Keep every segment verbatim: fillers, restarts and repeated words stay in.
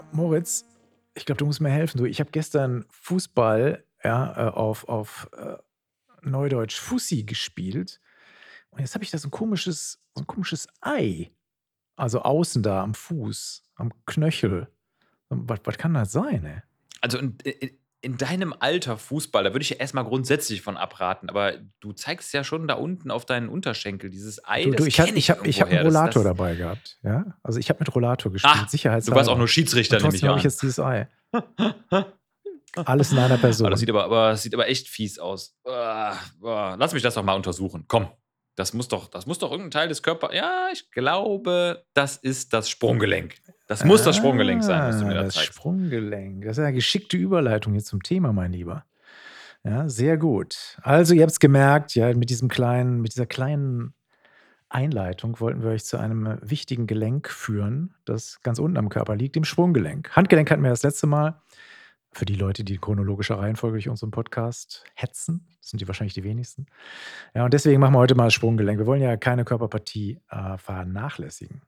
Moritz, ich glaube, du musst mir helfen. Du, ich habe gestern Fußball, ja, äh, auf, auf äh, Neudeutsch Fussi gespielt. Und jetzt habe ich da so ein komisches, so ein komisches Ei. Also außen da am Fuß, am Knöchel. Was, was kann das sein, ey? Also in, in, in deinem Alter Fußball, da würde ich ja erstmal grundsätzlich von abraten, aber du zeigst ja schon da unten auf deinen Unterschenkel dieses Ei, Du, du, das ich habe kenne ich ich hab, ich hab einen irgendwoher. Das, Rollator das, dabei gehabt. Ja? Also ich habe mit Rollator gespielt, ah, du warst auch nur sicherheitshalber. Schiedsrichter, Und nehme trotzdem ich habe ich an. jetzt dieses Ei. Alles in einer Aber das Person. sieht aber, aber, das sieht aber echt fies aus. Ah, ah, lass mich das doch mal untersuchen. Komm, das muss doch, das muss doch irgendein Teil des Körpers. Ja, ich glaube, das ist das Sprunggelenk. Das muss das Sprunggelenk sein, was du mir Ah, da das zeigst. Sprunggelenk. Das ist eine geschickte Überleitung jetzt zum Thema, mein Lieber. Ja, sehr gut. Also, ihr habt es gemerkt, ja, mit diesem kleinen mit dieser kleinen Einleitung wollten wir euch zu einem äh, wichtigen Gelenk führen, das ganz unten am Körper liegt, dem Sprunggelenk. Handgelenk hatten wir das letzte Mal. Für die Leute, die in chronologischer Reihenfolge durch unseren Podcast hetzen, das sind die wahrscheinlich die wenigsten. Ja, und deswegen machen wir heute mal das Sprunggelenk. Wir wollen ja keine Körperpartie äh, vernachlässigen.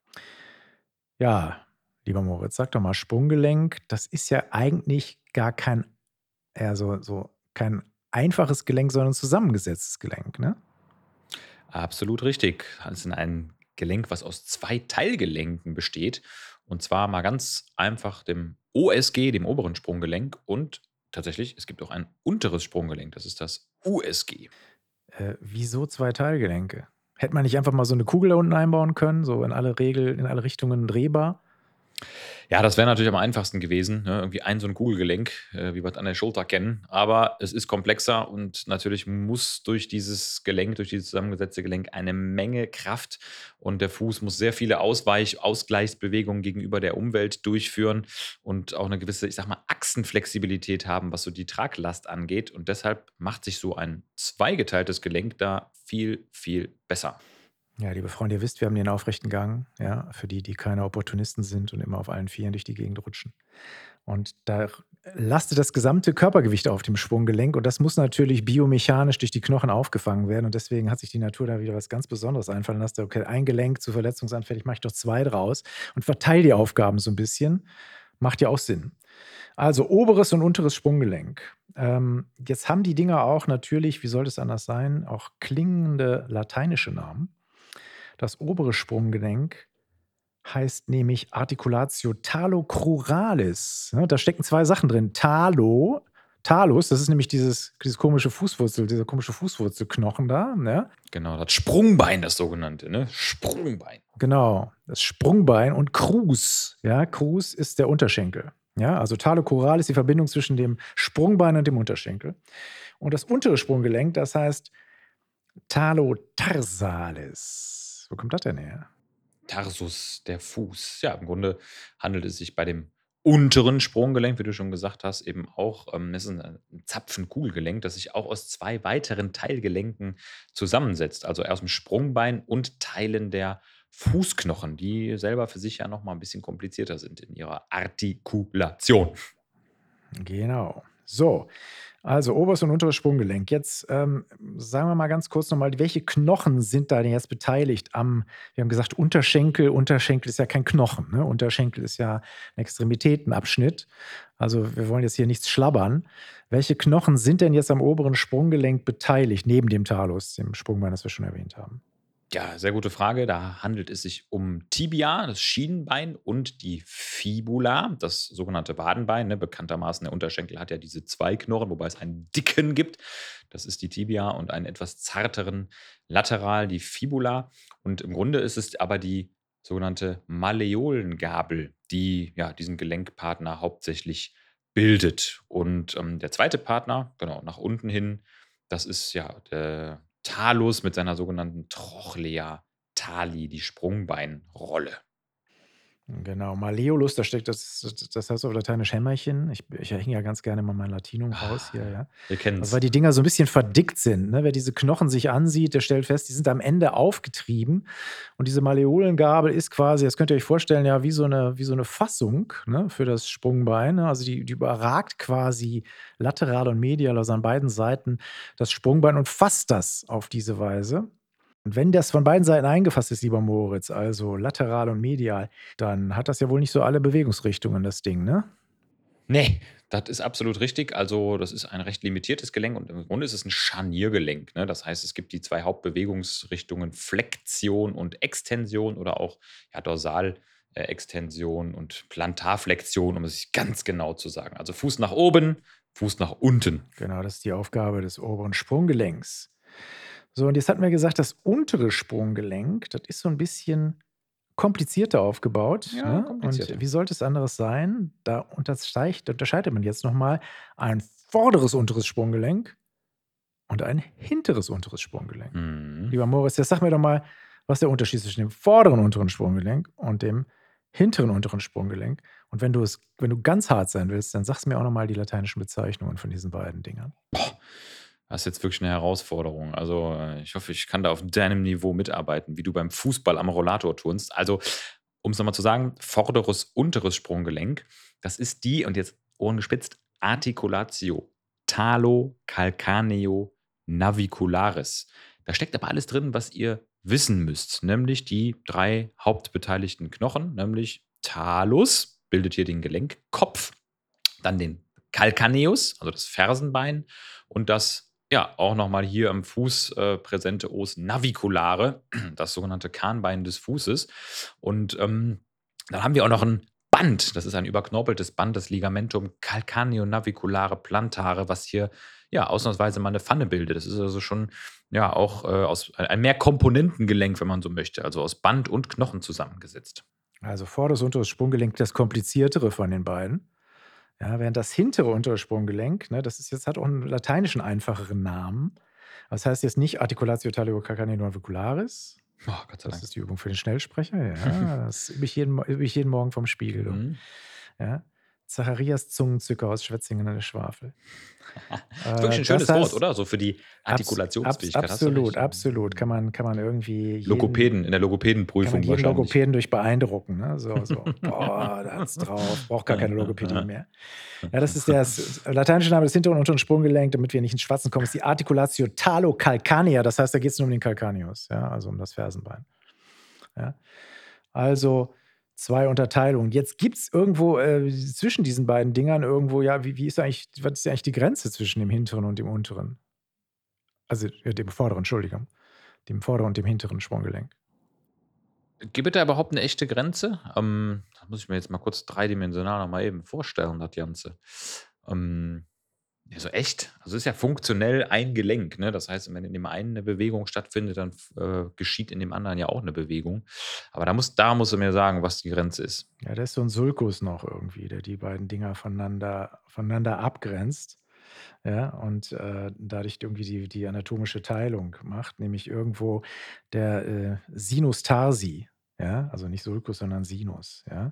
Ja, lieber Moritz, sag doch mal, Sprunggelenk, das ist ja eigentlich gar kein, eher so, so kein einfaches Gelenk, sondern ein zusammengesetztes Gelenk, ne? Absolut richtig. Das ist ein Gelenk, was aus zwei Teilgelenken besteht. Und zwar mal ganz einfach dem O S G, dem oberen Sprunggelenk. Und tatsächlich, es gibt auch ein unteres Sprunggelenk. Das ist das U S G. Äh, wieso zwei Teilgelenke? Hätte man nicht einfach mal so eine Kugel da unten einbauen können, so in alle Regeln, in alle Richtungen drehbar? Ja, das wäre natürlich am einfachsten gewesen. Ne? Irgendwie ein so ein Kugelgelenk, äh, wie wir es an der Schulter kennen. Aber es ist komplexer und natürlich muss durch dieses Gelenk, durch dieses zusammengesetzte Gelenk eine Menge Kraft und der Fuß muss sehr viele Ausweich-, Ausgleichsbewegungen gegenüber der Umwelt durchführen und auch eine gewisse, ich sag mal, Achsenflexibilität haben, was so die Traglast angeht. Und deshalb macht sich so ein zweigeteiltes Gelenk da viel, viel besser. Ja, liebe Freunde, ihr wisst, wir haben den aufrechten Gang, ja, für die, die keine Opportunisten sind und immer auf allen Vieren durch die Gegend rutschen. Und da lastet das gesamte Körpergewicht auf dem Sprunggelenk und das muss natürlich biomechanisch durch die Knochen aufgefangen werden. Und deswegen hat sich die Natur da wieder was ganz Besonderes einfallen lassen. Okay, ein Gelenk zu verletzungsanfällig, mache ich doch zwei draus und verteile die Aufgaben so ein bisschen. Macht ja auch Sinn. Also oberes und unteres Sprunggelenk. Ähm, jetzt haben die Dinger auch natürlich, wie soll das anders sein, auch klingende lateinische Namen. Das obere Sprunggelenk heißt nämlich Articulatio talocruralis. Ne, da stecken zwei Sachen drin. Talo, Talus, das ist nämlich dieses, dieses komische Fußwurzel, dieser komische Fußwurzelknochen da. Ne? Genau, das Sprungbein, das sogenannte, ne? Sprungbein. Genau, das Sprungbein und Crus. Ja, Crus ist der Unterschenkel. Ja, also Talocrural ist die Verbindung zwischen dem Sprungbein und dem Unterschenkel. Und das untere Sprunggelenk, das heißt Talotarsalis. Wo kommt das denn her? Tarsus, der Fuß. Ja, im Grunde handelt es sich bei dem unteren Sprunggelenk, wie du schon gesagt hast, eben auch, ähm, es ist ein, ein Zapfenkugelgelenk, das sich auch aus zwei weiteren Teilgelenken zusammensetzt. Also aus dem Sprungbein und Teilen der Fußknochen, die selber für sich ja nochmal ein bisschen komplizierter sind in ihrer Artikulation. Genau. So, also oberes und unteres Sprunggelenk. Jetzt ähm, sagen wir mal ganz kurz nochmal, welche Knochen sind da denn jetzt beteiligt am, wir haben gesagt, Unterschenkel. Unterschenkel ist ja kein Knochen. Ne? Unterschenkel ist ja ein Extremitätenabschnitt. Also wir wollen jetzt hier nichts schlabbern. Welche Knochen sind denn jetzt am oberen Sprunggelenk beteiligt, neben dem Talus, dem Sprungbein, das wir schon erwähnt haben? Ja, sehr gute Frage. Da handelt es sich um Tibia, das Schienbein, und die Fibula, das sogenannte Wadenbein. Ne? Bekanntermaßen, der Unterschenkel hat ja diese zwei Knochen, wobei es einen dicken gibt. Das ist die Tibia und einen etwas zarteren Lateral, die Fibula. Und im Grunde ist es aber die sogenannte Malleolengabel, die ja diesen Gelenkpartner hauptsächlich bildet. Und ähm, der zweite Partner, genau, nach unten hin, das ist ja der Talus mit seiner sogenannten Trochlea tali, die Sprungbeinrolle. Genau, Malleolus, da steckt das, das heißt auf Lateinisch Hämmerchen. Ich, ich hänge ja ganz gerne mal mein Latinum raus hier, Ah, ja. wir Also, weil kennen's. die Dinger so ein bisschen verdickt sind. Ne? Wer diese Knochen sich ansieht, der stellt fest, die sind am Ende aufgetrieben. Und diese Malleolengabel ist quasi, das könnt ihr euch vorstellen, ja, wie so eine, wie so eine Fassung, ne, für das Sprungbein. Ne? Also die, die überragt quasi lateral und medial, also an beiden Seiten, das Sprungbein und fasst das auf diese Weise. Und wenn das von beiden Seiten eingefasst ist, lieber Moritz, also lateral und medial, dann hat das ja wohl nicht so alle Bewegungsrichtungen, das Ding, ne? Ne, das ist absolut richtig. Also, das ist ein recht limitiertes Gelenk und im Grunde ist es 'n Scharniergelenk, ne? Das heißt, es gibt die zwei Hauptbewegungsrichtungen Flexion und Extension oder auch, ja, Dorsal äh, Extension und Plantarflexion, um es ganz genau zu sagen. Also, Fuß nach oben, Fuß nach unten. Genau, das ist die Aufgabe des oberen Sprunggelenks. So, und jetzt hatten wir gesagt, das untere Sprunggelenk, das ist so 'n bisschen komplizierter aufgebaut, Ja, ne? Und komplizierter. wie sollte es anderes sein? Da unterscheich unterscheidet man jetzt noch mal ein vorderes unteres Sprunggelenk und ein hinteres unteres Sprunggelenk. Mhm. Lieber Moritz, jetzt sag mir doch mal, was ist der Unterschied zwischen dem vorderen unteren Sprunggelenk und dem hinteren unteren Sprunggelenk? Und wenn du es wenn du ganz hart sein willst, dann sagst mir auch noch mal die lateinischen Bezeichnungen von diesen beiden Dingern. Boah, das ist jetzt wirklich 'ne Herausforderung. Also, äh, ich hoffe, ich kann da auf deinem Niveau mitarbeiten, wie du beim Fußball am Rollator turnst. Also, um's noch mal zu sagen, vorderes unteres Sprunggelenk, das ist die und jetzt Ohren gespitzt, Articulatio talo-calcaneo-navicularis. Da steckt aber alles drin, was ihr wissen müsst, nämlich die drei hauptbeteiligten Knochen, nämlich Talus, bildet hier den Gelenkkopf, dann den Calcaneus, also das Fersenbein und das, ja, auch noch mal hier am Fuß, äh, präsente Os naviculare, das sogenannte Kahnbein des Fußes. Und, ähm, dann haben wir auch noch 'n Band. Das ist ein überknorpeltes Band, das Ligamentum calcaneo-naviculare-plantare, was hier, ja, ausnahmsweise mal 'ne Pfanne bildet. Das ist also schon, ja, auch, äh, aus ein Mehrkomponentengelenk, wenn man so möchte, also aus Band und Knochen zusammengesetzt. Also, vorderes unteres Sprunggelenk, das kompliziertere von den beiden. Ja, während das hintere untere Sprunggelenk, ne, das ist jetzt hat auch 'n lateinischen einfacheren Namen. Das heißt jetzt nicht Articulatio talio-calcaneo-navicularis. Oh, Gott sei Das Dank. ist die Übung für den Schnellsprecher. Ja, das übe ich jeden Mo übe ich jeden Morgen vorm Spiegel, du. Mhm. Ja. Zacharias Zungenzücker aus Schwetzingen an der Schwafel. Ist wirklich Äh, 'n das schönes Wort, heißt oder? So für die abs abs Artikulationsfähigkeit, hast du absolut, recht. absolut. Kann man kann man irgendwie jeden Logopäden in der kann man Logopädenprüfung jeden wahrscheinlich. Logopäden durch beeindrucken, ne? So so: „Boah, der hat's drauf, braucht gar keine Logopädie mehr.“ Ja, das ist der s lateinische Name des hinteren und unteren Sprunggelenk, damit wir nicht ins Schwatzen kommen, ist die Articulatio talo-calcanea. Das heißt, da geht's nur um den Calcaneus, ja, also um das Fersenbein. Ja. Also, zwei Unterteilungen. Jetzt gibt's irgendwo, äh, zwischen diesen beiden Dingern irgendwo ja, wie wie ist eigentlich was ist eigentlich die Grenze zwischen dem hinteren und dem unteren? Also, äh, dem vorderen, Entschuldigung, dem vorderen und dem hinteren Sprunggelenk. Gibt es da überhaupt 'ne echte Grenze? Ähm, da muss ich mir jetzt mal kurz dreidimensional noch mal eben vorstellen, das Ganze. Ähm, ja, so echt also, ist ja funktionell ein Gelenk, ne? Das heißt, wenn in dem einen 'ne Bewegung stattfindet, dann f äh, geschieht in dem anderen ja auch 'ne Bewegung. Aber da musst da musst du mir sagen, was die Grenze ist. Ja, da ist so 'n Sulcus noch irgendwie, der die beiden Dinger voneinander voneinander abgrenzt, ja, und, äh, dadurch irgendwie die die anatomische Teilung macht, nämlich irgendwo der, äh, Sinus tarsi, ja, also nicht Sulcus, sondern Sinus, ja.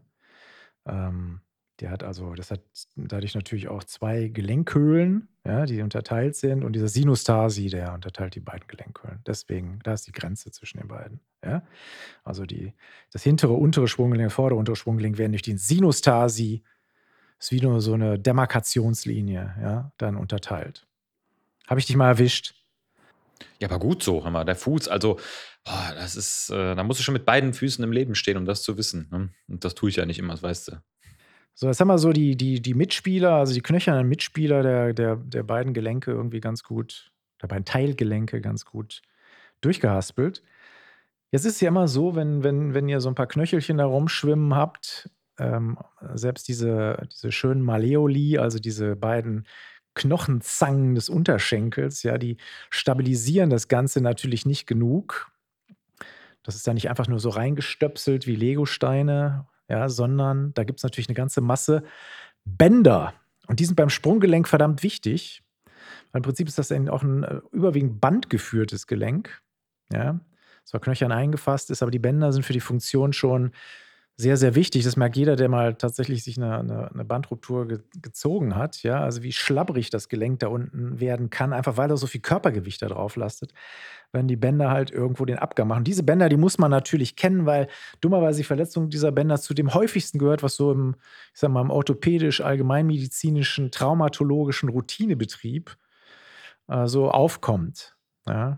Ähm, der hat also das hat dadurch natürlich auch zwei Gelenkhöhlen, ja, die unterteilt sind und dieser Sinus tarsi, der unterteilt die beiden Gelenkhöhlen. Deswegen, da ist die Grenze zwischen den beiden, ja? Also, die das hintere, untere Sprunggelenk, vordere, untere Sprunggelenk werden durch den Sinus tarsi ist wie nur so 'ne Demarkationslinie, ja, dann unterteilt. Habe ich dich mal erwischt? Ja, aber gut so, hör mal, der Fuß, also, boah, das ist äh, da musst du schon mit beiden Füßen im Leben stehen, um das zu wissen, ne? Und das tue ich ja nicht immer, das weißt du. So, jetzt haben wir so die die die Mitspieler, also die knöchernen Mitspieler der der der beiden Gelenke irgendwie ganz gut der beiden Teilgelenke ganz gut durchgehaspelt. Jetzt ist es ja immer so, wenn wenn wenn ihr so 'n paar Knöchelchen da rumschwimmen habt, ähm, selbst diese diese schönen Malleoli, also diese beiden Knochenzangen des Unterschenkels, ja, die stabilisieren das Ganze natürlich nicht genug. Das ist da nicht einfach nur so reingestöpselt wie Legosteine, ja, sondern da gibt's natürlich 'ne ganze Masse Bänder und die sind beim Sprunggelenk verdammt wichtig. Im Prinzip ist das ein auch 'n, äh, überwiegend bandgeführtes Gelenk, ja, zwar knöchern eingefasst ist, aber die Bänder sind für die Funktion schon sehr, sehr wichtig. Das merkt jeder, der mal tatsächlich sich 'ne 'ne 'ne Bandruptur ge gezogen hat, ja, also wie schlabbrig das Gelenk da unten werden kann, einfach weil da so viel Körpergewicht da drauf lastet, wenn die Bänder halt irgendwo den Abgang machen. Diese Bänder, die muss man natürlich kennen, weil dummerweise die Verletzung dieser Bänder zu dem häufigsten gehört, was so im ich sage mal, im orthopädisch allgemeinmedizinischen, traumatologischen Routinebetrieb, äh, so aufkommt, ja?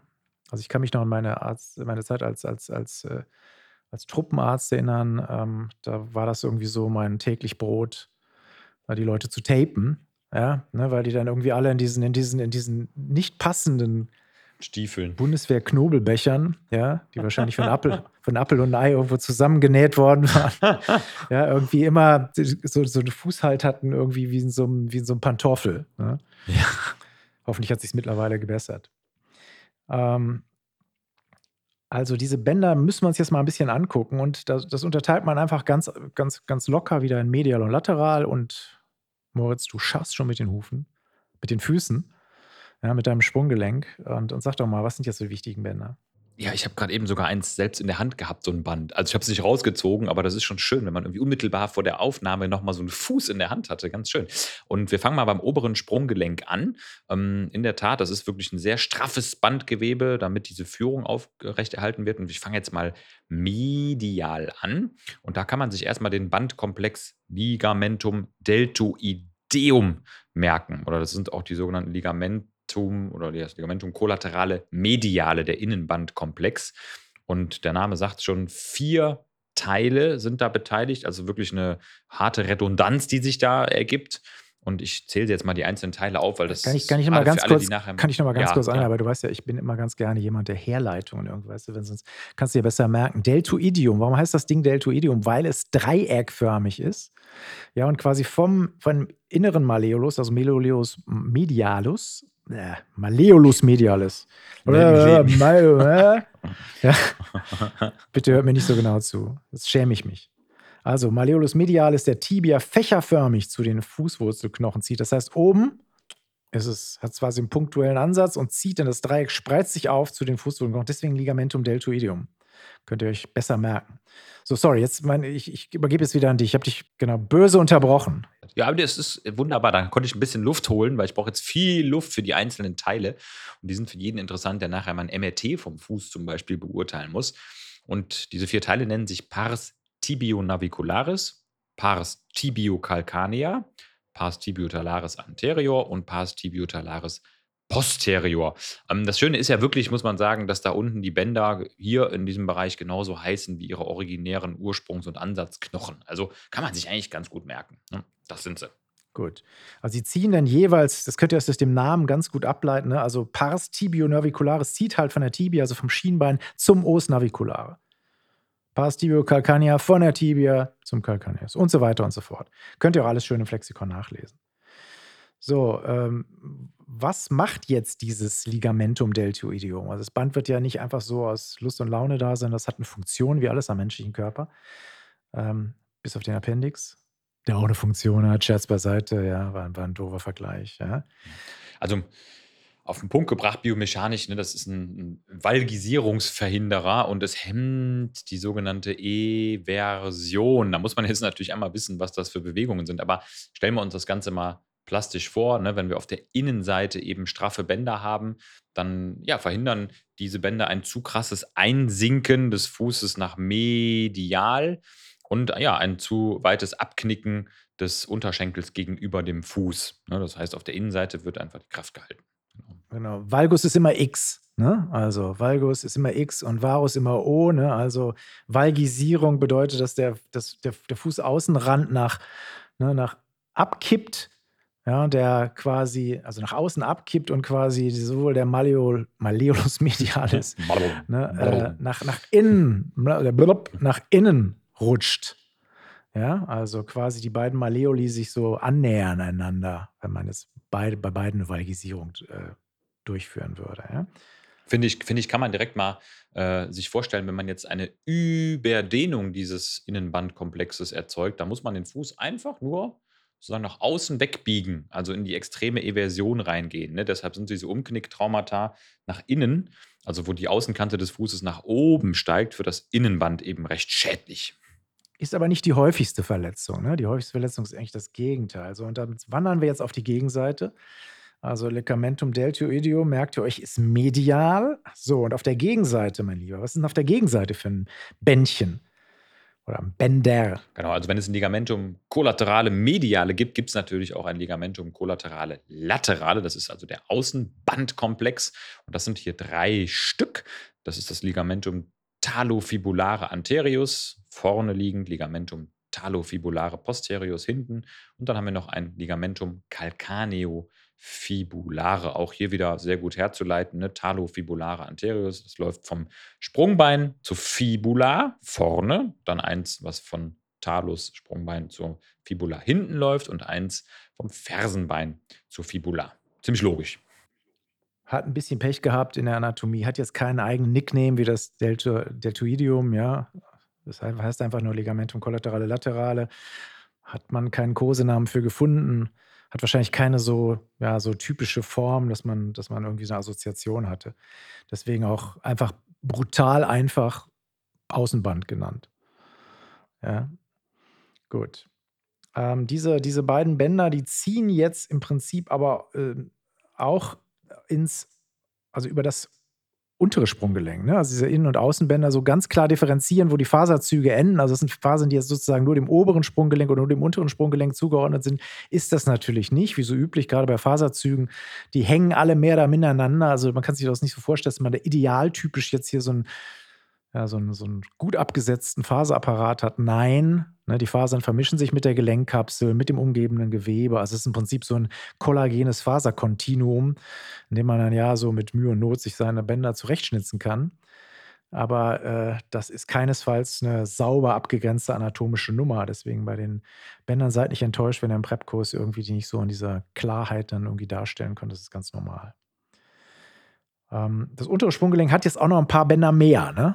Also, ich kann mich noch an meine Arzt meine Zeit als als als, äh als Truppenarzt erinnern. Ähm, da war das irgendwie so mein täglich Brot, äh, die Leute zu tapen, ja, ne, weil die dann irgendwie alle in diesen in diesen in diesen nicht passenden Stiefeln. Bundeswehr-Knobelbechern, ja, die wahrscheinlich für 'n Appel für 'n Appel und 'n Ei irgendwo zusammengenäht worden waren. Ja, irgendwie immer so so 'n Fußhalt hatten irgendwie wie in so 'm wie in so 'm Pantoffel, ne? Ja. Hoffentlich hat sich's mittlerweile gebessert. Ähm also, diese Bänder müssen wir uns jetzt mal 'n bisschen angucken und das das unterteilt man einfach ganz ganz ganz locker wieder in medial und lateral und Moritz, du scharrst schon mit den Hufen mit den Füßen, ja, mit deinem Sprunggelenk und und sag doch mal, was sind jetzt so die wichtigen Bänder? Ja, ich habe grad eben sogar eins selbst in der Hand gehabt, so 'n Band. Also, ich habe es nicht rausgezogen, aber das ist schon schön, wenn man irgendwie unmittelbar vor der Aufnahme noch mal so 'n Fuß in der Hand hatte, ganz schön. Und wir fangen mal beim oberen Sprunggelenk an. Ähm, in der Tat, das ist wirklich 'n sehr straffes Bandgewebe, damit diese Führung aufrechterhalten wird. Und ich fange jetzt mal medial an. Und da kann man sich erst mal den Bandkomplex Ligamentum deltoideum merken. Oder das sind auch die sogenannten Ligamentum oder das Ligamentum collaterale mediale, der Innenbandkomplex. Und der Name sagt's schon, vier Teile sind da beteiligt, also wirklich 'ne harte Redundanz, die sich da ergibt. Und ich zähle dir jetzt mal die einzelnen Teile auf, weil das Kann ich kann ist ich noch mal grade für ganz alle, die kurz nachher kann ich noch mal ganz ja, kurz klar. einhaken, weil du weißt ja, ich bin immer ganz gerne jemand der Herleitungen irgendwie, weißt du, wenn sonst kannst du dir besser merken. Deltoideum, warum heißt das Ding Deltoideum? Weil es dreieckförmig ist, ja, und quasi vom vom inneren Malleolus, also Malleolus medialus, äh, Malleolus medialis. Ja, bitte hört mir nicht so genau zu, jetzt schäme ich mich. Also, Malleolus medialis, der Tibia fächerförmig zu den Fußwurzelknochen zieht. Das heißt, oben ist es hat's quasi 'n punktuellen Ansatz und zieht in das Dreieck, spreizt sich auf zu den Fußwurzelknochen, deswegen Ligamentum deltoideum. Könnt ihr euch besser merken. So, sorry, jetzt meine ich ich übergebe jetzt wieder an dich. Ich habe dich, genau, böse unterbrochen. Ja, aber das ist wunderbar. Da konnte ich 'n bisschen Luft holen, weil ich brauche jetzt viel Luft für die einzelnen Teile. Und die sind für jeden interessant, der nachher mal 'n M R T vom Fuß zum Beispiel beurteilen muss. Und diese vier Teile nennen sich Pars tibionavicularis, Pars tibiocalcanea, Pars tibiotalaris anterior und Pars tibiotalaris posterior. Ähm, das Schöne ist ja wirklich, muss man sagen, dass da unten die Bänder hier in diesem Bereich genauso heißen wie ihre originären Ursprungs und Ansatzknochen. Also, kann man sich eigentlich ganz gut merken, ne? Das sind sie. Gut. Also, sie ziehen dann jeweils das könnt ihr aus dem Namen ganz gut ableiten, ne? Also, Pars tibionavicularis zieht halt von der Tibia, also vom Schienbein zum Os naviculare. Pars tibiocalcanea von der Tibia zum Calcaneus und so weiter und so fort. Könnt ihr auch alles schön im Flexikon nachlesen. So, ähm, was macht jetzt dieses Ligamentum deltoideum? Also, das Band wird ja nicht einfach so aus Lust und Laune da sein, das hat 'ne Funktion wie alles am menschlichen Körper, ähm, bis auf den Appendix, der auch 'ne Funktion hat. Scherz beiseite, ja, war 'n war 'n doofer Vergleich, ja. Also, auf 'n Punkt gebracht biomechanisch, ne, das ist 'n 'n Valgisierungsverhinderer und es hemmt die sogenannte Eversion. Da muss man jetzt natürlich einmal wissen, was das für Bewegungen sind. Aber stellen wir uns das Ganze mal plastisch vor, ne? Wenn wir auf der Innenseite eben straffe Bänder haben, dann, ja, verhindern diese Bänder ein zu krasses Einsinken des Fußes nach medial und, ja, ein zu weites Abknicken des Unterschenkels gegenüber dem Fuß, ne? Das heißt, auf der Innenseite wird einfach die Kraft gehalten. Genau. Genau. Valgus ist immer X, ne? Also, Valgus ist immer X und Varus immer O, ne? Also, Valgisierung bedeutet, dass der dass der der Fußaußenrand nach ne, nach abkippt, ja, der quasi also, nach außen abkippt und quasi sowohl der Malleol Malleolus medialis, ne, äh, nach nach innen nach innen rutscht. Ja, also, quasi die beiden Malleoli sich so annähern einander, wenn man jetzt beide bei beiden 'ne Valgisierung, äh, durchführen würde, ja? Finde ich finde ich, kann man direkt mal, äh, sich vorstellen, wenn man jetzt eine Überdehnung dieses Innenbandkomplexes erzeugt, dann muss man den Fuß einfach nur sozusagen nach außen wegbiegen, also, in die extreme Eversion reingehen, ne? Deshalb sind diese Umknicktraumata nach innen, also, wo die Außenkante des Fußes nach oben steigt, für das Innenband eben recht schädlich. Ist aber nicht die häufigste Verletzung, ne? Die häufigste Verletzung ist eigentlich das Gegenteil. So, und damit wandern wir jetzt auf die Gegenseite. Also, Ligamentum deltoideum, merkt ihr euch, ist medial. So, und auf der Gegenseite, mein Lieber, was ist denn auf der Gegenseite für 'n Bändchen? oder am Bänder. Genau, also wenn es ein Ligamentum collaterale mediale gibt, gibt es natürlich auch ein Ligamentum collaterale laterale. Das ist also der Außenbandkomplex. Und das sind hier drei Stück. Das ist das Ligamentum talofibulare anterius, vorne liegend, Ligamentum talofibulare posterius hinten. Und dann haben wir noch ein Ligamentum calcaneofibulare, auch hier wieder sehr gut herzuleiten. Ne? Talofibulare anterius, das läuft vom Sprungbein zur Fibula vorne, dann eins, was von Talus, Sprungbein, zur Fibula hinten läuft und eins vom Fersenbein zur Fibula. Ziemlich logisch. Hat ein bisschen Pech gehabt in der Anatomie, hat jetzt keinen eigenen Nickname wie das Delto Deltoidium, ja. Das hei heißt einfach nur Ligamentum collaterale laterale. Hat man keinen Kosenamen für gefunden, hat wahrscheinlich keine so ja, so typische Form, dass man dass man irgendwie so 'ne Assoziation hatte. Deswegen auch einfach brutal einfach Außenband genannt. Ja, gut. Ähm, diese diese beiden Bänder, die ziehen jetzt im Prinzip aber, ähm, auch ins also über das untere Sprunggelenk, ne? Also diese Innen und Außenbänder so ganz klar differenzieren, wo die Faserzüge enden. Also, es sind Fasern, die jetzt sozusagen nur dem oberen Sprunggelenk oder nur dem unteren Sprunggelenk zugeordnet sind, ist das natürlich nicht, wie so üblich, gerade bei Faserzügen. Die hängen alle mehr da miteinander. Also, man kann sich das nicht so vorstellen, dass man da idealtypisch jetzt hier so 'n ja, so 'n so 'n gut abgesetzten Faserapparat hat. Nein, ne, die Fasern vermischen sich mit der Gelenkkapsel, mit dem umgebenden Gewebe. Also, es ist im Prinzip so 'n kollagenes Faserkontinuum, in dem man dann ja so mit Mühe und Not sich seine Bänder zurechtschnitzen kann. Aber, äh, das ist keinesfalls 'ne sauber abgegrenzte anatomische Nummer. Deswegen bei den Bändern seid nicht enttäuscht, wenn ihr im Prep-Kurs irgendwie die nicht so in dieser Klarheit dann irgendwie darstellen könnt. Das ist ganz normal. Ähm, das untere Sprunggelenk hat jetzt auch noch 'n paar Bänder mehr, ne?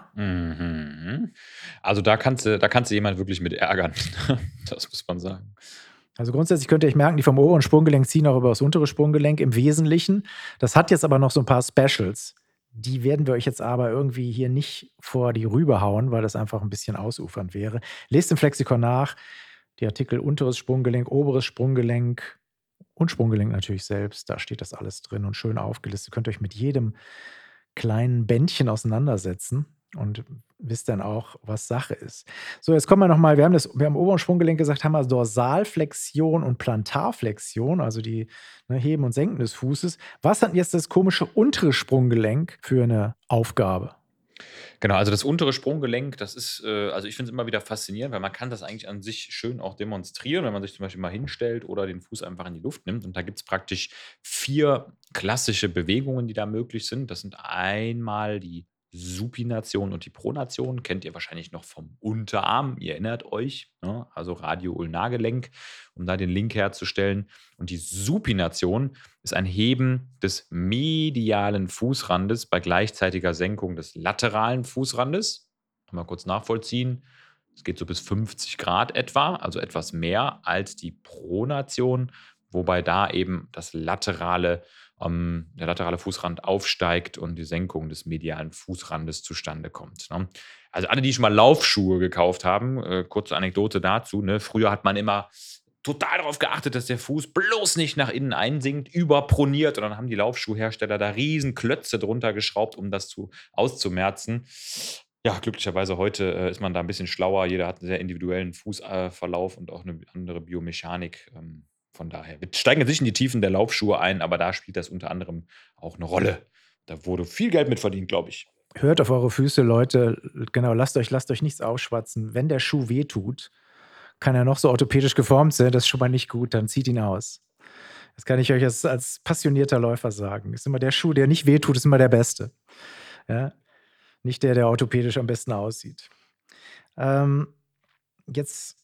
Mhm. Also, da kannst du da kannst du jemanden wirklich mit ärgern. Das muss man sagen. Also, grundsätzlich könnt ihr euch merken, die vom oberen Sprunggelenk ziehen auch über das untere Sprunggelenk im Wesentlichen. Das hat jetzt aber noch so 'n paar Specials. Die werden wir euch jetzt aber irgendwie hier nicht vor die Rübe hauen, weil das einfach 'n bisschen ausufernd wäre. Lest im Flexikon nach, die Artikel unteres Sprunggelenk, oberes Sprunggelenk und Sprunggelenk natürlich selbst. Da steht das alles drin und schön aufgelistet. Könnt ihr euch mit jedem kleinen Bändchen auseinandersetzen und wisst dann auch, was Sache ist. So, jetzt kommen wir noch mal wir haben das wir haben oberen Sprunggelenk gesagt, haben wir Dorsalflexion und Plantarflexion, also die, ne, Heben und Senken des Fußes. Was hat 'n jetzt das komische untere Sprunggelenk für 'ne Aufgabe? Genau, also das untere Sprunggelenk, das ist, äh also ich finde es immer wieder faszinierend, weil man kann das eigentlich an sich schön auch demonstrieren, wenn man sich zum Beispiel mal hinstellt oder den Fuß einfach in die Luft nimmt. Und da gibt's praktisch vier klassische Bewegungen, die da möglich sind. Das sind einmal die Supination und die Pronation. Kennt ihr wahrscheinlich noch vom Unterarm. Ihr erinnert euch, ne? Also Radioulnargelenk, um da den Link herzustellen. Und die Supination ist ein Heben des medialen Fußrandes bei gleichzeitiger Senkung des lateralen Fußrandes. Mal kurz nachvollziehen. Es geht so bis fünfzig Grad etwa, also etwas mehr als die Pronation, wobei da eben das laterale ähm, der laterale Fußrand aufsteigt und die Senkung des medialen Fußrandes zustande kommt, ne? Also alle, die schon mal Laufschuhe gekauft haben, äh, kurze Anekdote dazu, ne? Früher hat man immer total darauf geachtet, dass der Fuß bloß nicht nach innen einsinkt, überproniert. Und dann haben die Laufschuhhersteller da riesen Klötze drunter geschraubt, um das zu auszumerzen. Ja, glücklicherweise heute, äh, ist man da 'n bisschen schlauer. Jeder hat 'n sehr individuellen Fußverlauf äh, Verlauf und auch 'ne andere Biomechanik. Ähm, von daher wir steigen jetzt nicht in die Tiefen der Laufschuhe ein, aber da spielt das unter anderem auch 'ne Rolle. Da wurde viel Geld mit verdient, glaube ich. Hört auf eure Füße, Leute. L genau, lasst euch lasst euch nichts aufschwatzen. Wenn der Schuh wehtut, kann er noch so orthopädisch geformt sein, das ist schon mal nicht gut, dann zieht ihn aus. Das kann ich euch als als passionierter Läufer sagen. Ist immer der Schuh, der nicht wehtut, ist immer der beste. Ja, nicht der, der orthopädisch am besten aussieht. Ähm, jetzt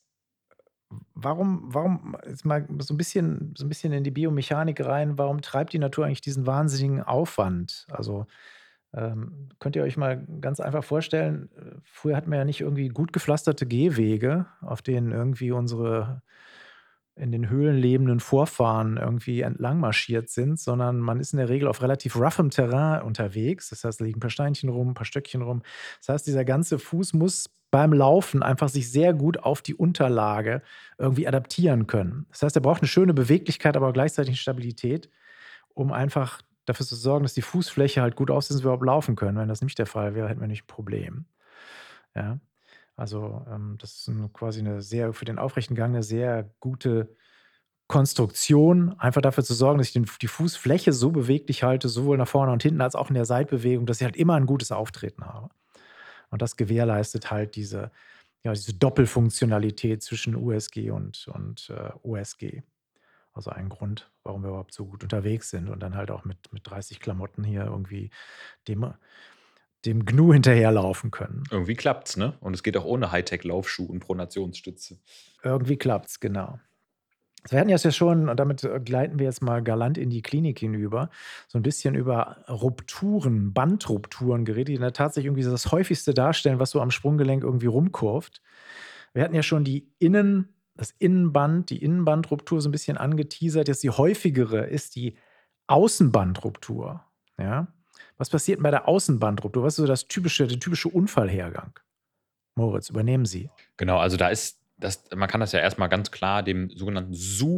warum warum jetzt mal so 'n bisschen so 'n bisschen in die Biomechanik rein, warum treibt die Natur eigentlich diesen wahnsinnigen Aufwand? Also, ähm, könnt ihr euch mal ganz einfach vorstellen, äh, früher hatten wir ja nicht irgendwie gut gepflasterte Gehwege, auf denen irgendwie unsere in den Höhlen lebenden Vorfahren irgendwie entlang marschiert sind, sondern man ist in der Regel auf relativ roughem Terrain unterwegs. Das heißt, da liegen 'n paar Steinchen rum, 'n paar Stöckchen rum. Das heißt, dieser ganze Fuß muss beim Laufen einfach sich sehr gut auf die Unterlage irgendwie adaptieren können. Das heißt, er braucht 'ne schöne Beweglichkeit, aber gleichzeitig 'ne Stabilität, um einfach dafür zu sorgen, dass die Fußfläche halt gut aussieht, dass wir überhaupt laufen können. Wenn das nicht der Fall wäre, hätten wir nämlich 'n Problem. Ja. Also, ähm, das ist 'n quasi 'ne sehr für den aufrechten Gang 'ne sehr gute Konstruktion, einfach dafür zu sorgen, dass ich den die Fußfläche so beweglich halte, sowohl nach vorne und hinten als auch in der Seitbewegung, dass ich halt immer 'n gutes Auftreten habe. Und das gewährleistet halt diese ja, diese Doppelfunktionalität zwischen USG und und, äh, OSG. Also, ein Grund, warum wir überhaupt so gut unterwegs sind und dann halt auch mit mit dreißig Klamotten hier irgendwie dem dem Gnu hinterherlaufen können. Irgendwie klappt's, ne? Und es geht auch ohne Hightech-Laufschuh und Pronationsstütze. Irgendwie klappt's, genau. Wir hatten jetzt ja schon und damit, äh, gleiten wir jetzt mal galant in die Klinik hinüber, so 'n bisschen über Rupturen, Bandrupturen geredet, die dann tatsächlich irgendwie so das Häufigste darstellen, was so am Sprunggelenk irgendwie rumkurvt. Wir hatten ja schon die Innen das Innenband die Innenbandruptur so 'n bisschen angeteasert. Jetzt die häufigere ist die Außenbandruptur, ja? Was passiert 'n bei der Außenbandruptur? Was ist so das typische der typische Unfallhergang? Moritz, übernehmen Sie. Genau, also da ist das man kann das ja erst mal ganz klar dem sogenannten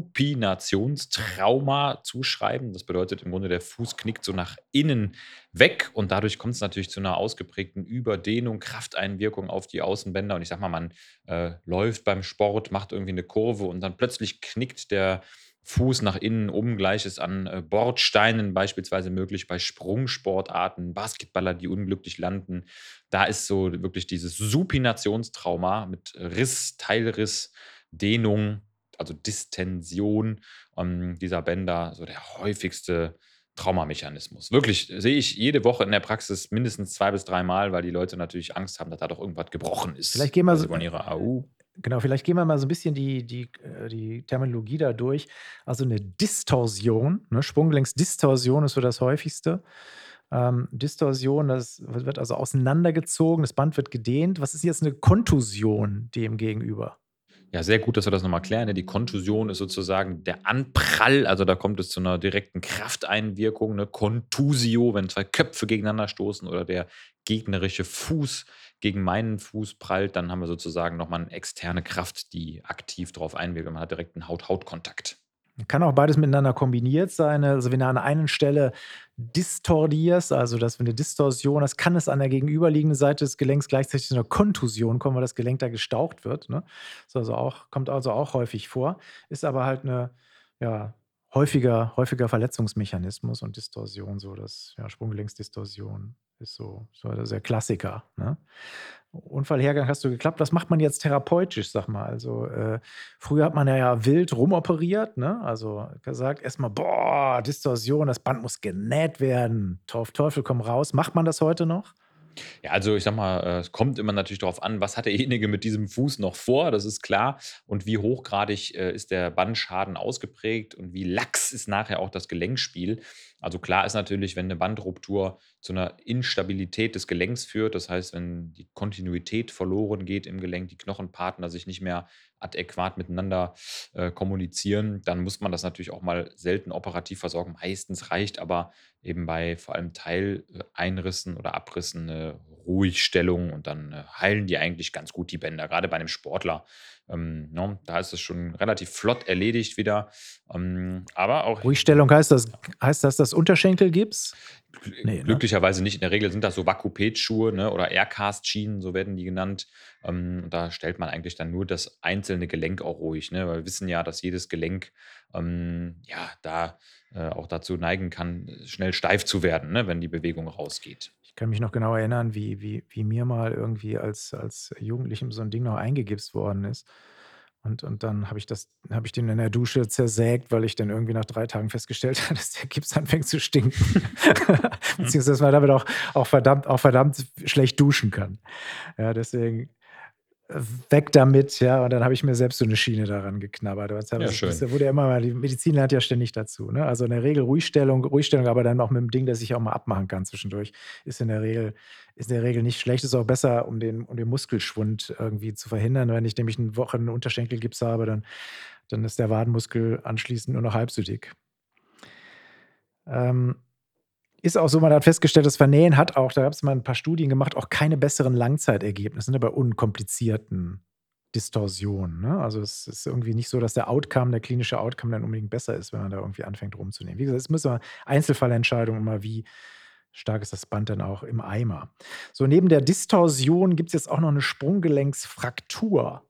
Supinationstrauma zuschreiben. Das bedeutet im Grunde, der Fuß knickt so nach innen weg und dadurch kommt's natürlich zu 'ner ausgeprägten Überdehnung, Krafteinwirkung auf die Außenbänder. Und ich sage mal, man, äh, läuft beim Sport, macht irgendwie 'ne Kurve und dann plötzlich knickt der Fuß nach innen um. Gleiches an, äh, Bordsteinen beispielsweise möglich bei Sprungsportarten, Basketballer, die unglücklich landen. Da ist so wirklich dieses Supinationstrauma mit Riss, Teilriss, Dehnung, also Distension, ähm, dieser Bänder, so der häufigste Traumamechanismus. Wirklich, sehe ich jede Woche in der Praxis mindestens zwei bis drei Mal, weil die Leute natürlich Angst haben, dass da doch irgendwas gebrochen Vielleicht ist, gehen wir weil so sie wollen ihre AU genau, vielleicht gehen wir mal so 'n bisschen die die äh, die Terminologie da durch. Also, 'ne Distorsion, ne, Sprunggelenksdistorsion ist so das Häufigste. Ähm, Distorsion, das w wird also auseinandergezogen, das Band wird gedehnt. Was ist jetzt 'ne Kontusion dem gegenüber? Ja, sehr gut, dass wir das noch mal klären, ne? Die Kontusion ist sozusagen der Anprall, also da kommt es zu 'ner direkten Krafteinwirkung, ne? Contusio, wenn zwei Köpfe gegeneinander stoßen oder der gegnerische Fuß gegen meinen Fuß prallt, dann haben wir sozusagen noch mal 'ne externe Kraft, die aktiv drauf einwirkt und man hat direkt 'n Haut-Haut-Kontakt. Kann auch beides miteinander kombiniert sein, ne? Also, wenn du an der einen Stelle distordierst, also dass wenn 'ne Distorsion hast, kann es an der gegenüberliegenden Seite des Gelenks gleichzeitig zu 'ner Kontusion kommen, weil das Gelenk da gestaucht wird, ne? Ist also auch kommt also auch häufig vor, ist aber halt 'ne, ja, häufiger häufiger Verletzungsmechanismus und Distorsion so das ja, Sprunggelenksdistorsion ist so so der Klassiker, ne? Unfallhergang hast du geklappt. Was macht man jetzt therapeutisch, sag mal? Also, äh, früher hat man ja ja wild rumoperiert, ne? Also, gesagt erst mal: „Boah, Distorsion, das Band muss genäht werden. Auf Teufel komm raus.“ Macht man das heute noch? Ja, also ich sage mal, äh, es kommt immer natürlich darauf an, was hat derjenige mit diesem Fuß noch vor, das ist klar. Und wie hochgradig, äh, ist der Bandschaden ausgeprägt und wie lax ist nachher auch das Gelenkspiel. Also klar ist natürlich, wenn 'ne Bandruptur zu 'ner Instabilität des Gelenks führt, das heißt, wenn die Kontinuität verloren geht im Gelenk, die Knochenpartner sich nicht mehr adäquat miteinander, äh, kommunizieren, dann muss man das natürlich auch mal selten operativ versorgen. Meistens reicht aber eben bei vor allem Teil äh, Einrissen oder Abrissen 'ne Ruhigstellung und dann, äh, heilen die eigentlich ganz gut, die Bänder, grade bei 'nem Sportler. Ähm, ne, da ist es schon relativ flott erledigt wieder. Ähm, aber auch Ruhigstellung heißt das ja. heißt das das Unterschenkelgips? Gl Ne, ne? glücklicherweise nicht. In der Regel sind das so Wacupet-Schuhe, ne, oder Aircast-Schienen, so werden die genannt. Ähm, da stellt man eigentlich dann nur das einzelne Gelenk auch ruhig, ne? Weil wir wissen ja, dass jedes Gelenk, ähm, ja, da, äh, auch dazu neigen kann, schnell steif zu werden, ne, wenn die Bewegung rausgeht. Ich kann mich noch genau erinnern, wie wie wie mir mal irgendwie als als Jugendlichem so 'n Ding noch eingegipst worden ist. Und und dann habe ich das habe ich den in der Dusche zersägt, weil ich dann irgendwie nach drei Tagen festgestellt habe, dass der Gips anfängt zu stinken. Mhm. Beziehungsweise, dass man damit auch auch verdammt auch verdammt schlecht duschen kann. Ja, deswegen weg damit, ja. Und dann habe ich mir selbst so 'ne Schiene daran geknabbert. Aber Ja, teilweise das schön. wurde ja immer mal die Medizin lernt ja ständig dazu, ne? Also in der Regel Ruhigstellung Ruhigstellung, aber dann auch mit 'm Ding, das ich auch mal abmachen kann zwischendurch, ist in der Regel ist in der Regel nicht schlecht. Ist auch besser, um den um den Muskelschwund irgendwie zu verhindern. Wenn ich nämlich 'ne Woche 'n Unterschenkelgips habe, dann dann ist der Wadenmuskel anschließend nur noch halb so dick. Ähm, ist auch so, man hat festgestellt, das Vernähen hat auch da gab's mal 'n paar Studien gemacht, auch keine besseren Langzeitergebnisse, ne, bei unkomplizierten Distorsionen, ne? Also, es ist irgendwie nicht so, dass der Outcome der klinische Outcome dann unbedingt besser ist, wenn man da irgendwie anfängt rumzunähen. Wie gesagt, es muss immer Einzelfallentscheidung immer wie Stark ist das Band dann auch im Eimer. So, neben der Distorsion gibt es jetzt auch noch eine Sprunggelenksfraktur.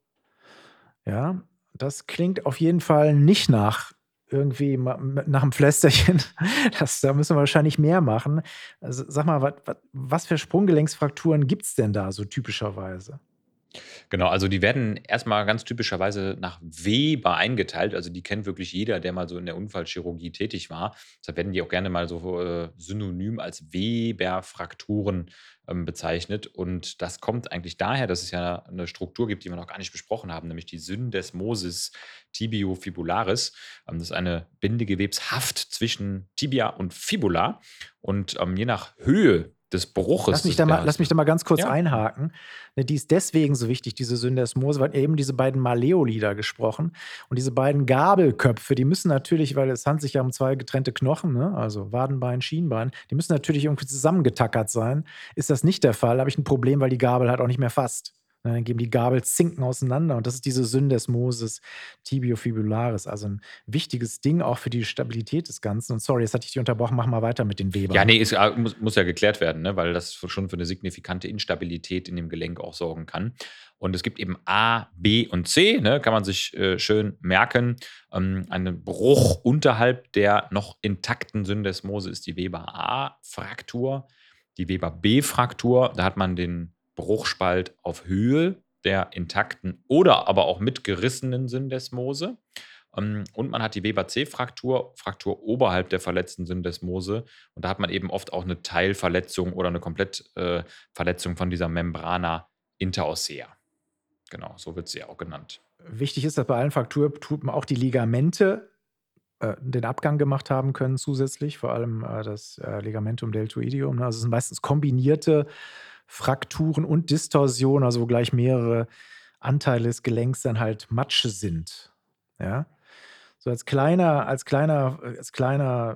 Ja, das klingt auf jeden Fall nicht nach irgendwie ma m nach 'm Pflästerchen. Das da müssen wir wahrscheinlich mehr machen. Also, sag mal, wat wat was für Sprunggelenksfrakturen gibt's denn da so typischerweise? Genau, also die werden erstmal ganz typischerweise nach Weber eingeteilt. Also die kennt wirklich jeder, der mal so in der Unfallchirurgie tätig war. Deshalb werden die auch gerne mal so äh, synonym als Weber-Frakturen ähm, bezeichnet. Und das kommt eigentlich daher, dass es ja eine Struktur gibt, die wir noch gar nicht besprochen haben, nämlich die Syndesmosis tibiofibularis. Ähm, das ist eine Bindegewebshaft zwischen Tibia und Fibula. Und ähm, je nach Höhe des Lass Bruches mich des da mal lass mich Bärs. da mal ganz kurz Ja, einhaken. Ne, die ist deswegen so wichtig, diese Syndesmose, weil eben diese beiden Malleoli da gesprochen und diese beiden Gabelköpfe, die müssen natürlich, weil es handelt sich ja um zwei getrennte Knochen, ne, also Wadenbein, Schienbein, die müssen natürlich irgendwie zusammengetackert sein. Ist das nicht der Fall, habe ich ein Problem, weil die Gabel halt auch nicht mehr fasst. Ne, dann geben die Gabelzinken auseinander und das ist diese Syndesmosis tibiofibularis, also ein wichtiges Ding auch für die Stabilität des Ganzen. Und sorry, jetzt hatte ich dich unterbrochen, mach mal weiter mit den Ja, Webern. ne, ist ja muss muss ja geklärt werden, ne, weil das schon für 'ne signifikante Instabilität in dem Gelenk auch sorgen kann. Und es gibt eben A, B und C, ne, kann man sich, äh, schön merken. Ähm, einen Bruch unterhalb der noch intakten Syndesmose ist die Weber-A-Fraktur. Die Weber-B-Fraktur, da hat man den Bruchspalt auf Höhe der intakten oder aber auch mitgerissenen Syndesmose. Ähm, und man hat die Weber-C-Fraktur, Fraktur oberhalb der verletzten Syndesmose. Und da hat man eben oft auch eine Teilverletzung oder eine Komplettverletzung äh, Verletzung von dieser Membrana interossea. Genau, so wird sie ja auch genannt. Wichtig ist, dass bei allen Frakturtypen auch die Ligamente, äh, den Abgang gemacht haben können zusätzlich, vor allem, äh, das, äh, Ligamentum deltoideum, ne? Also, es sind meistens kombinierte Frakturen und Distorsionen, also wo gleich mehrere Anteile des Gelenks dann halt Matsche sind, ja? So als kleiner als kleiner äh, als kleiner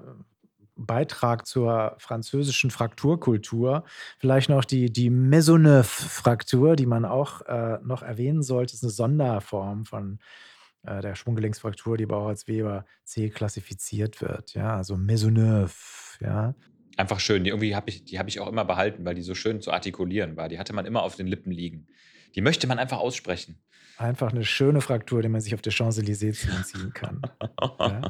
Beitrag zur französischen Frakturkultur vielleicht noch die die Maisonneuve-Fraktur, die man auch, äh, noch erwähnen sollte. Das ist eine Sonderform von, äh, der Sprunggelenksfraktur, die aber auch als Weber C klassifiziert wird, ja, also Maisonneuve, ja. Einfach schön. Die irgendwie habe ich die habe ich auch immer behalten, weil die so schön zu artikulieren war. Die hatte man immer auf den Lippen liegen. Die möchte man einfach aussprechen. Einfach eine schöne Fraktur, die man sich auf der Champs-Élysées zuziehen kann, ja.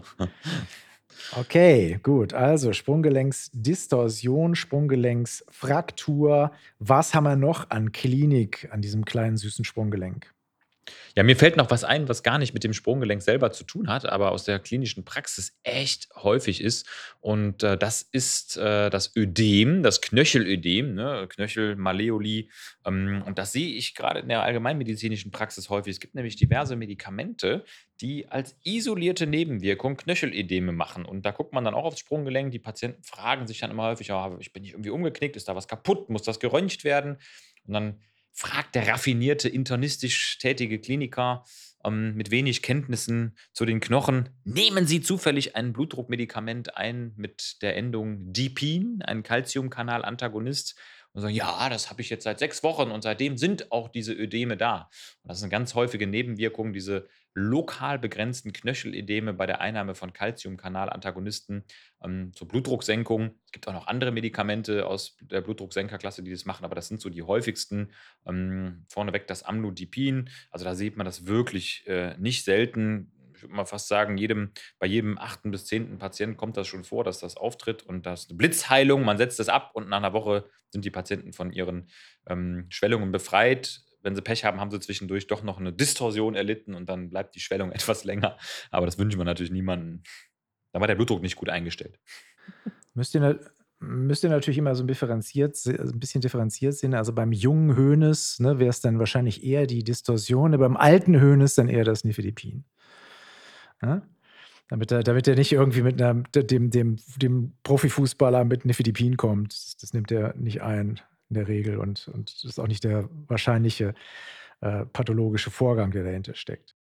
Okay, gut. Also Sprunggelenksdistorsion, Sprunggelenksfraktur. Was haben wir noch an Klinik an diesem kleinen süßen Sprunggelenk? Ja, mir fällt noch was ein, was gar nicht mit dem Sprunggelenk selber zu tun hat, aber aus der klinischen Praxis echt häufig ist. Und äh, das ist äh, das Ödem, das Knöchelödem, ne? Knöchel, Malleoli. Ähm, und das sehe ich gerade in der allgemeinmedizinischen Praxis häufig. Es gibt nämlich diverse Medikamente, die als isolierte Nebenwirkung Knöchelödeme machen. Und da guckt man dann auch aufs Sprunggelenk. Die Patienten fragen sich dann immer häufig, ja, ich bin nicht irgendwie umgeknickt, ist da was kaputt, muss das geröntgt werden? Und dann fragt der raffinierte, internistisch tätige Kliniker ähm, mit wenig Kenntnissen zu den Knochen: Nehmen Sie zufällig ein Blutdruckmedikament ein mit der Endung Dipin, ein Calciumkanalantagonist? Und sagen: Ja, das habe ich jetzt seit sechs Wochen und seitdem sind auch diese Ödeme da. Und das ist eine ganz häufige Nebenwirkung, diese lokal begrenzten Knöchelödeme bei der Einnahme von Calciumkanalantagonisten ähm, zur Blutdrucksenkung. Es gibt auch noch andere Medikamente aus der Blutdrucksenkerklasse, die das machen, aber das sind so die häufigsten. Ähm, vorneweg das Amlodipin. Also da sieht man das wirklich äh, nicht selten. Ich würde mal fast sagen, jedem, bei jedem achten bis zehnten Patienten kommt das schon vor, dass das auftritt und das ist eine Blitzheilung. Man setzt es ab und nach einer Woche sind die Patienten von ihren ähm, Schwellungen befreit. Wenn sie Pech haben, haben sie zwischendurch doch noch eine Distorsion erlitten und dann bleibt die Schwellung etwas länger. Aber das wünschen wir natürlich niemandem. Da war der Blutdruck nicht gut eingestellt. Müsst ihr na müsst ihr natürlich immer so 'n differenziert se also 'n bisschen differenziert sehen. Also, beim jungen Hönes, ne, wäre es dann wahrscheinlich eher die Distorsion, ne, beim alten Hönes dann eher das Nifedipin, ne? Damit er damit er nicht irgendwie mit 'ner d dem dem dem Profifußballer mit Nifedipin kommt. Das das nimmt er nicht ein in der Regel und und das ist auch nicht der wahrscheinliche, äh, pathologische Vorgang, der dahinter steckt.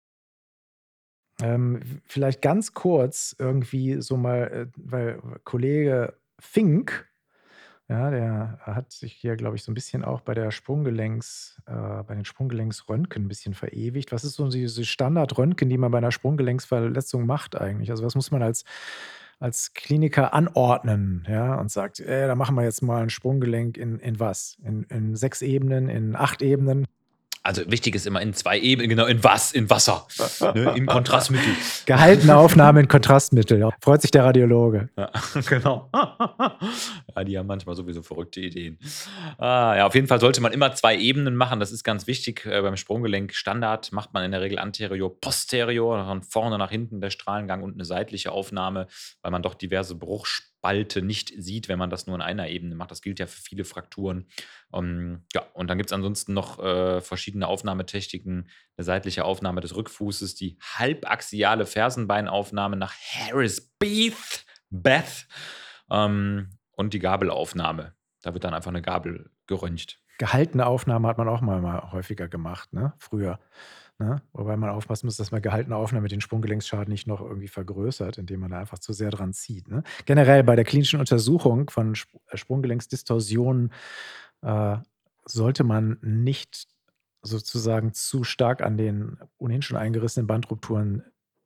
Ähm, v vielleicht ganz kurz irgendwie so mal, äh, weil Kollege Fink, ja, der hat sich hier, glaube ich, so ein bisschen auch bei der Sprunggelenks äh, bei den Sprunggelenksröntgen 'n bisschen verewigt. Was ist so diese Standardröntgen, die man bei einer Sprunggelenksverletzung macht eigentlich? Also, was muss man als als Kliniker anordnen, ja, und sagt: „Äh, da machen wir jetzt mal ein Sprunggelenk in in was? In in sechs Ebenen, in acht Ebenen?“ Also, wichtig ist immer in zwei Ebenen, genau, in was? In Wasser, ne, in Kontrastmittel. Gehaltene Aufnahme in Kontrastmittel, ja. Freut sich der Radiologe. Ja, genau. Ja, die haben manchmal sowieso verrückte Ideen. Ah, ja, auf jeden Fall sollte man immer zwei Ebenen machen. Das ist ganz wichtig, äh, beim Sprunggelenk. Standard macht man in der Regel anterior, posterior, von vorne nach hinten der Strahlengang und eine seitliche Aufnahme, weil man doch diverse Bruchspalte nicht sieht, wenn man das nur in einer Ebene macht. Das gilt ja für viele Frakturen. Ähm, ja, und dann gibt es ansonsten noch äh, verschiedene Aufnahmetechniken. Eine seitliche Aufnahme des Rückfußes, die halbaxiale Fersenbeinaufnahme nach Harris Beath, Beth, ähm, und die Gabelaufnahme. Da wird dann einfach eine Gabel geröntgt. Gehaltene Aufnahme hat man auch mal mal häufiger gemacht, ne, früher, ne? Wobei man aufpassen muss, dass man gehaltene Aufnahme den Sprunggelenkschaden nicht noch irgendwie vergrößert, indem man da einfach zu sehr dran zieht, ne? Generell bei der klinischen Untersuchung von Sp äh, Sprunggelenksdistorsionen, äh, sollte man nicht sozusagen zu stark an den ohnehin schon eingerissenen Bandrupturen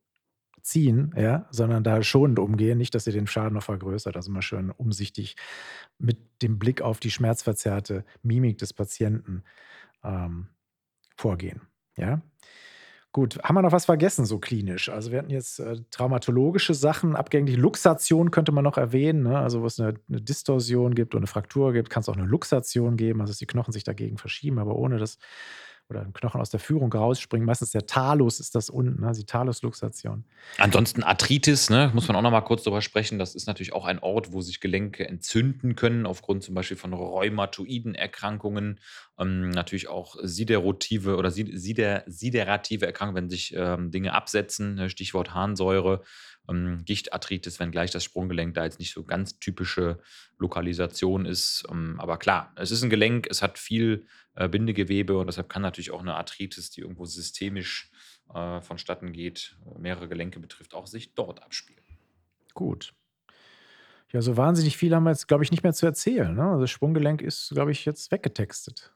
ziehen, ja, sondern da schonend umgehen, nicht, dass ihr den Schaden noch vergrößert. Also mal schön umsichtig mit dem Blick auf die schmerzverzerrte Mimik des Patienten ähm, vorgehen. Ja, gut. Haben wir noch was vergessen, so klinisch? Also wir hatten jetzt äh, traumatologische Sachen, abgängliche Luxation könnte man noch erwähnen, ne? Also wo es eine, eine Distorsion gibt oder eine Fraktur gibt, kann es auch eine Luxation geben, also dass die Knochen sich dagegen verschieben, aber ohne das oder ein Knochen aus der Führung rausspringen. Meistens der Talus ist das unten, ne? Die Talusluxation. Ansonsten Arthritis, ne, muss man auch noch mal kurz drüber sprechen. Das ist natürlich auch ein Ort, wo sich Gelenke entzünden können, aufgrund zum Beispiel von rheumatoiden Erkrankungen. Ähm, natürlich auch siderotive oder sid sider siderative Erkrankungen, wenn sich ähm, Dinge absetzen, ne, Stichwort Harnsäure, ähm, Gichtarthritis, wenngleich das Sprunggelenk da jetzt nicht so ganz typische Lokalisation ist. Ähm, aber klar, es ist ein Gelenk, es hat viel äh, Bindegewebe und deshalb kann natürlich auch eine Arthritis, die irgendwo systemisch äh, vonstatten geht, äh, mehrere Gelenke betrifft, auch sich dort abspielen. Gut. Ja, so wahnsinnig viel haben wir jetzt, glaube ich, nicht mehr zu erzählen, ne? Also, das Sprunggelenk ist, glaube ich, jetzt weggetextet.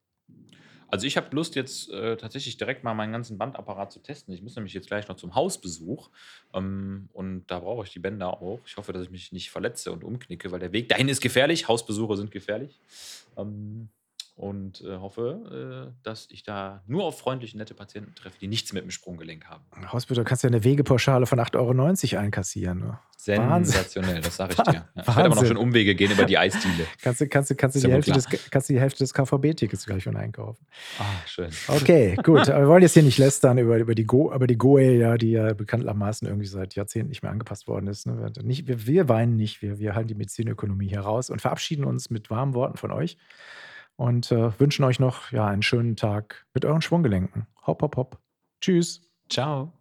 Also ich habe Lust jetzt äh, tatsächlich direkt mal meinen ganzen Bandapparat zu testen. Ich muss nämlich jetzt gleich noch zum Hausbesuch ähm, und da brauche ich die Bänder auch. Ich hoffe, dass ich mich nicht verletze und umknicke, weil der Weg dahin ist gefährlich. Hausbesuche sind gefährlich. Ähm, und äh, hoffe, äh, dass ich da nur auf freundliche, nette Patienten treffe, die nichts mit dem Sprunggelenk haben. Hausbild, kannst ja eine Wegepauschale von acht Euro neunzig einkassieren, ne? Wahnsinn. Sensationell, das sage ich dir. Ja, ich werde aber noch Wahnsinn. schön Umwege gehen über die Eisdiele. Kannst du kannst du kannst du Ist ja die wohl Hälfte klar. des kannst du die Hälfte des K V B-Tickets gleich schon einkaufen. Ah, schön. Okay, gut. Aber wir wollen jetzt hier nicht lästern über über die Go über die Goe, ja, die ja bekanntermaßen irgendwie seit Jahrzehnten nicht mehr angepasst worden ist, ne? Wir nicht wir wir weinen nicht, wir wir halten die Medizinökonomie hier raus und verabschieden uns mit warmen Worten von euch und, äh, wünschen euch noch, ja, einen schönen Tag mit euren Schwunggelenken. Hopp, hopp, hopp. Tschüss. Ciao.